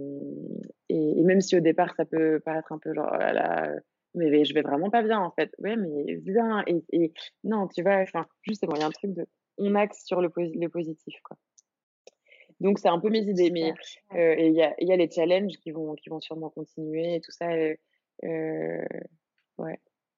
Speaker 7: et, et même si au départ, ça peut paraître un peu genre, oh là là, mais je vais vraiment pas bien en fait. Ouais, mais viens. Et, et non, tu vois, enfin, justement, il y a un truc de. On axe sur le, posi- le positif, quoi. Donc, c'est un peu mes idées. Mais
Speaker 6: Super.
Speaker 7: euh, et il y a, il y a les challenges qui vont, qui vont sûrement continuer et tout ça. euh, euh, ouais.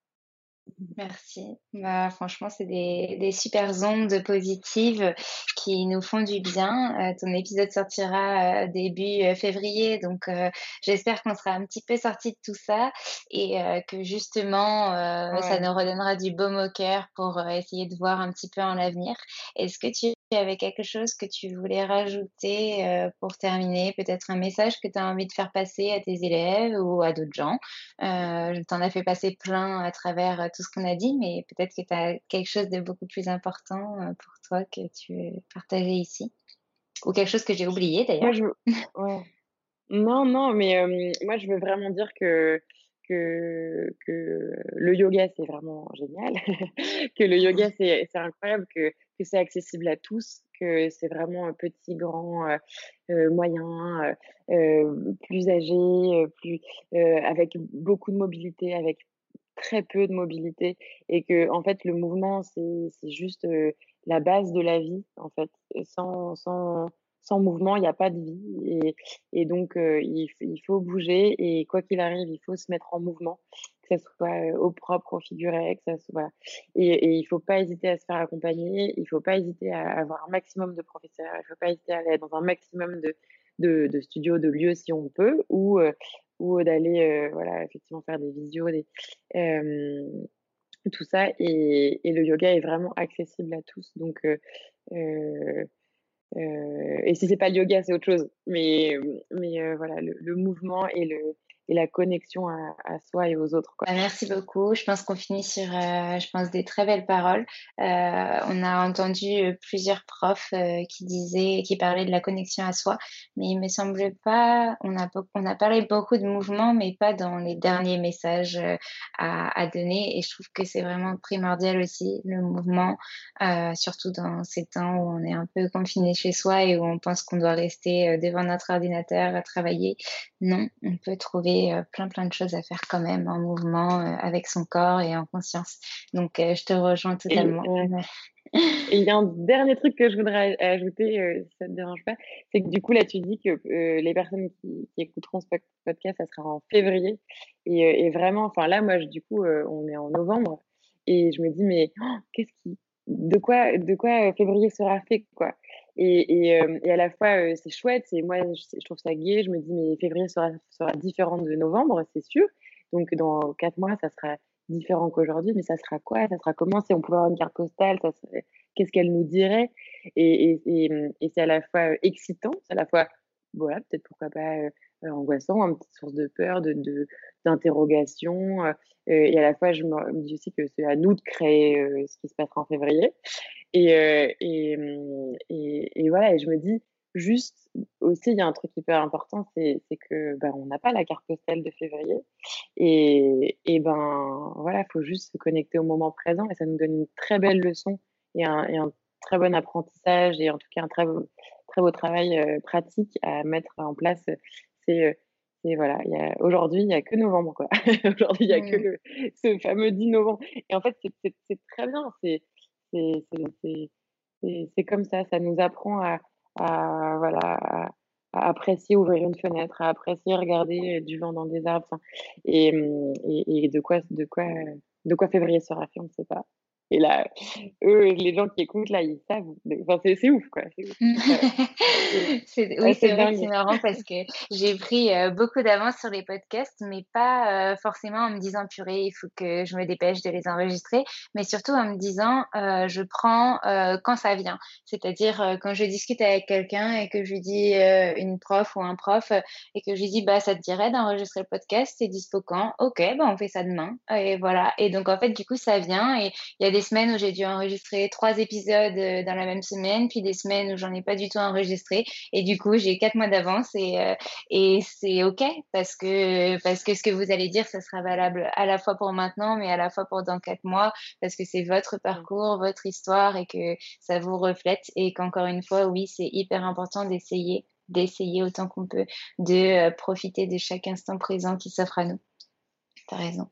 Speaker 6: Merci. Bah, franchement, c'est des, des super ondes positives qui nous font du bien. Euh, ton épisode sortira euh, début euh, février, donc euh, j'espère qu'on sera un petit peu sorti de tout ça et euh, que justement, euh, ça
Speaker 7: Ouais.
Speaker 6: nous redonnera du baume au cœur pour euh, essayer de voir un petit peu en l'avenir. Est-ce que tu avais quelque chose que tu voulais rajouter euh, pour terminer? Peut-être un message que tu as envie de faire passer à tes élèves ou à d'autres gens? Euh, t'en as fait passer plein à travers euh, tout ce qu'on a dit, mais peut-être que tu as quelque chose de beaucoup plus important euh, pour toi que tu veux partager ici. Ou quelque chose que j'ai oublié
Speaker 7: Moi,
Speaker 6: d'ailleurs.
Speaker 7: je. Ouais. Non, non, mais euh, moi, je veux vraiment dire que, que, que le yoga, c'est vraiment génial, que le yoga, c'est, c'est incroyable, que, que c'est accessible à tous, que c'est vraiment euh, petit, grand, euh, euh, moyen, euh, euh, plus âgé, euh, plus, euh, avec beaucoup de mobilité, avec très peu de mobilité, et que, en fait, le mouvement, c'est, c'est juste euh, la base de la vie, en fait, sans, sans, sans mouvement, il n'y a pas de vie. Et, et donc, euh, il, il faut bouger. Et quoi qu'il arrive, il faut se mettre en mouvement, que ce soit au propre, au figuré, que ça soit, voilà. Et, et il ne faut pas hésiter à se faire accompagner. Il ne faut pas hésiter à avoir un maximum de professeurs. Il ne faut pas hésiter à aller dans un maximum de, de, de studios, de lieux si on peut, ou, euh, ou d'aller, euh, voilà, effectivement faire des visios, des, euh, tout ça. Et, et le yoga est vraiment accessible à tous. Donc, euh, euh, Euh, et si c'est pas le yoga, c'est autre chose. Mais, mais euh, voilà, le, le mouvement et, le, et la connexion à, à soi et aux autres, quoi.
Speaker 6: Merci beaucoup. Je pense qu'on finit sur, euh, je pense, des très belles paroles. Euh, on a entendu plusieurs profs euh, qui disaient, qui parlaient de la connexion à soi, mais il me semble pas. On a, on a parlé beaucoup de mouvement, mais pas dans les derniers messages euh, à, à donner. Et je trouve que c'est vraiment primordial aussi le mouvement, euh, surtout dans ces temps où on est un peu confiné chez soi et où on pense qu'on doit rester devant notre ordinateur à travailler. Non, on peut trouver euh, plein plein de choses à faire quand même en mouvement, euh, avec son corps et en conscience. Donc, euh, je te rejoins totalement.
Speaker 7: Et, euh, et il y a un dernier truc que je voudrais ajouter, euh, si ça te dérange pas, c'est que du coup, là, tu dis que euh, les personnes qui, qui écouteront ce podcast, ça sera en février. Et, euh, et vraiment, enfin là, moi, je, du coup, euh, on est en novembre et je me dis, mais oh, qu'est-ce qui, de quoi, de quoi euh, février sera fait, quoi. Et, et, euh, et à la fois, euh, c'est chouette, c'est, moi, je, je trouve ça gai, je me dis, mais février sera, sera différent de novembre, c'est sûr. Donc, dans quatre mois, ça sera différent qu'aujourd'hui, mais ça sera quoi? Ça sera comment? Si on pouvait avoir une carte postale, ça serait, qu'est-ce qu'elle nous dirait? Et, et, et, et c'est à la fois excitant, c'est à la fois, voilà, peut-être pourquoi pas euh, angoissant, une petite source de peur, de, de, d'interrogation. Euh, et à la fois, je me, me dis aussi que c'est à nous de créer euh, ce qui se passera en février. Et, euh, et, et, et voilà, et je me dis, juste aussi, il y a un truc hyper important, c'est, c'est que ben, on n'a pas la carte postale de février. Et, et ben voilà, il faut juste se connecter au moment présent et ça nous donne une très belle leçon et un, et un très bon apprentissage et en tout cas un très beau, très beau travail euh, pratique à mettre en place. C'est, c'est voilà, il y a, aujourd'hui, il n'y a que novembre, quoi. Aujourd'hui, il n'y a mmh. que le, ce fameux dix novembre. Et en fait, c'est, c'est, c'est très bien. C'est, c'est, c'est, c'est, c'est, c'est comme ça. Ça nous apprend à, à voilà, à, à apprécier ouvrir une fenêtre, à apprécier regarder du vent dans des arbres. Et, et, et de quoi, de quoi, de quoi février sera fait, on ne sait pas. Et là, eux, les gens qui écoutent, là, ils savent. Enfin, c'est, c'est ouf, quoi. C'est ouf.
Speaker 6: c'est, oui, c'est vrai que c'est marrant parce que j'ai pris euh, beaucoup d'avance sur les podcasts, mais pas euh, forcément en me disant, purée, il faut que je me dépêche de les enregistrer, mais surtout en me disant, euh, je prends euh, quand ça vient. C'est-à-dire, euh, quand je discute avec quelqu'un et que je lui dis, euh, une prof ou un prof, euh, et que je lui dis, bah, ça te dirait d'enregistrer le podcast, c'est dispo quand? Ok, bah, on fait ça demain. Et voilà. Et donc, en fait, du coup, ça vient et il y a des semaines où j'ai dû enregistrer trois épisodes dans la même semaine, puis des semaines où j'en ai pas du tout enregistré. Et du coup, j'ai quatre mois d'avance et, euh, et c'est OK parce que, parce que ce que vous allez dire, ça sera valable à la fois pour maintenant, mais à la fois pour dans quatre mois parce que c'est votre parcours, votre histoire et que ça vous reflète. Et qu'encore une fois, oui, c'est hyper important d'essayer, d'essayer autant qu'on peut, de euh, profiter de chaque instant présent qui s'offre à nous. T'as raison.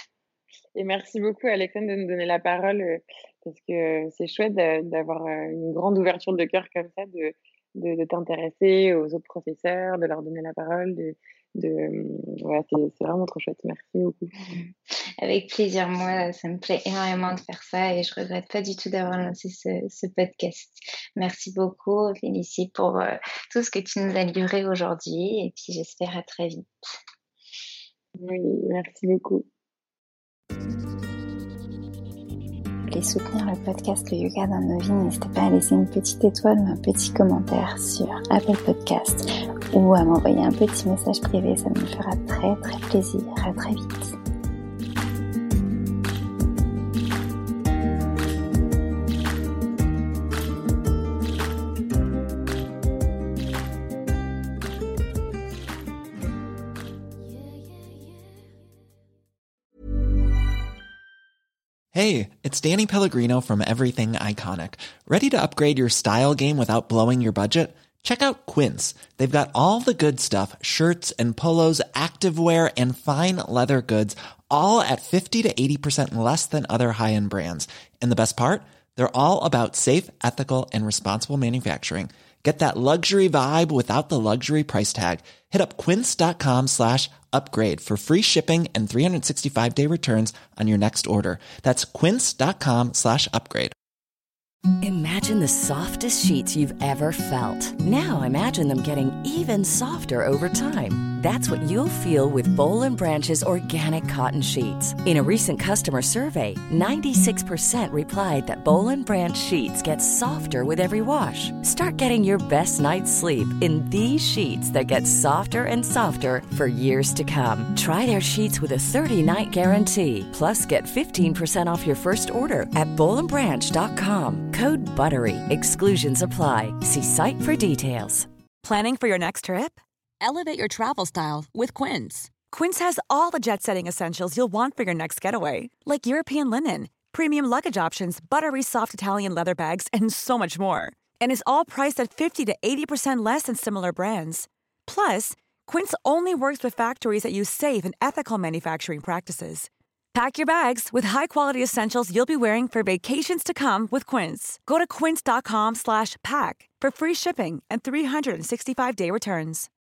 Speaker 7: Et merci beaucoup, Alexandre, de nous donner la parole euh, parce que euh, c'est chouette d'avoir euh, une grande ouverture de cœur comme ça, de, de, de t'intéresser aux autres professeurs, de leur donner la parole. De, de, euh, voilà, c'est, c'est vraiment trop chouette. Merci beaucoup.
Speaker 6: Avec plaisir. Moi, ça me plaît énormément de faire ça et je regrette pas du tout d'avoir lancé ce, ce podcast. Merci beaucoup, Félicie, pour euh, tout ce que tu nous as livré aujourd'hui et puis j'espère à très vite.
Speaker 7: Oui, merci beaucoup.
Speaker 6: Pour les soutenir le podcast Le Yoga dans nos vies, n'hésitez pas à laisser une petite étoile ou un petit commentaire sur Apple Podcast ou à m'envoyer un petit message privé, ça me fera très très plaisir. À très vite.
Speaker 8: Hey, it's Danny Pellegrino from Everything Iconic. Ready to upgrade your style game without blowing your budget? Check out Quince. They've got all the good stuff, shirts and polos, activewear, and fine leather goods, all at fifty to eighty percent less than other high-end brands. And the best part? They're all about safe, ethical, and responsible manufacturing. Get that luxury vibe without the luxury price tag. Hit up quince.com slash upgrade for free shipping and three sixty-five day returns on your next order. That's quince.com slash upgrade.
Speaker 3: Imagine the softest sheets you've ever felt. Now imagine them getting even softer over time. That's what you'll feel with Boll and Branch's organic cotton sheets. In a recent customer survey, ninety-six percent replied that Boll and Branch sheets get softer with every wash. Start getting your best night's sleep in these sheets that get softer and softer for years to come. Try their sheets with a thirty-night guarantee. Plus, get fifteen percent off your first order at boll and branch dot com. Code BUTTERY. Exclusions apply. See site for details.
Speaker 9: Planning for your next trip? Elevate your travel style with Quince. Quince has all the jet-setting essentials you'll want for your next getaway, like European linen, premium luggage options, buttery soft Italian leather bags, and so much more. And is all priced at fifty to eighty percent less than similar brands. Plus, Quince only works with factories that use safe and ethical manufacturing practices. Pack your bags with high-quality essentials you'll be wearing for vacations to come with Quince. Go to quince.com slash pack for free shipping and three sixty-five day returns.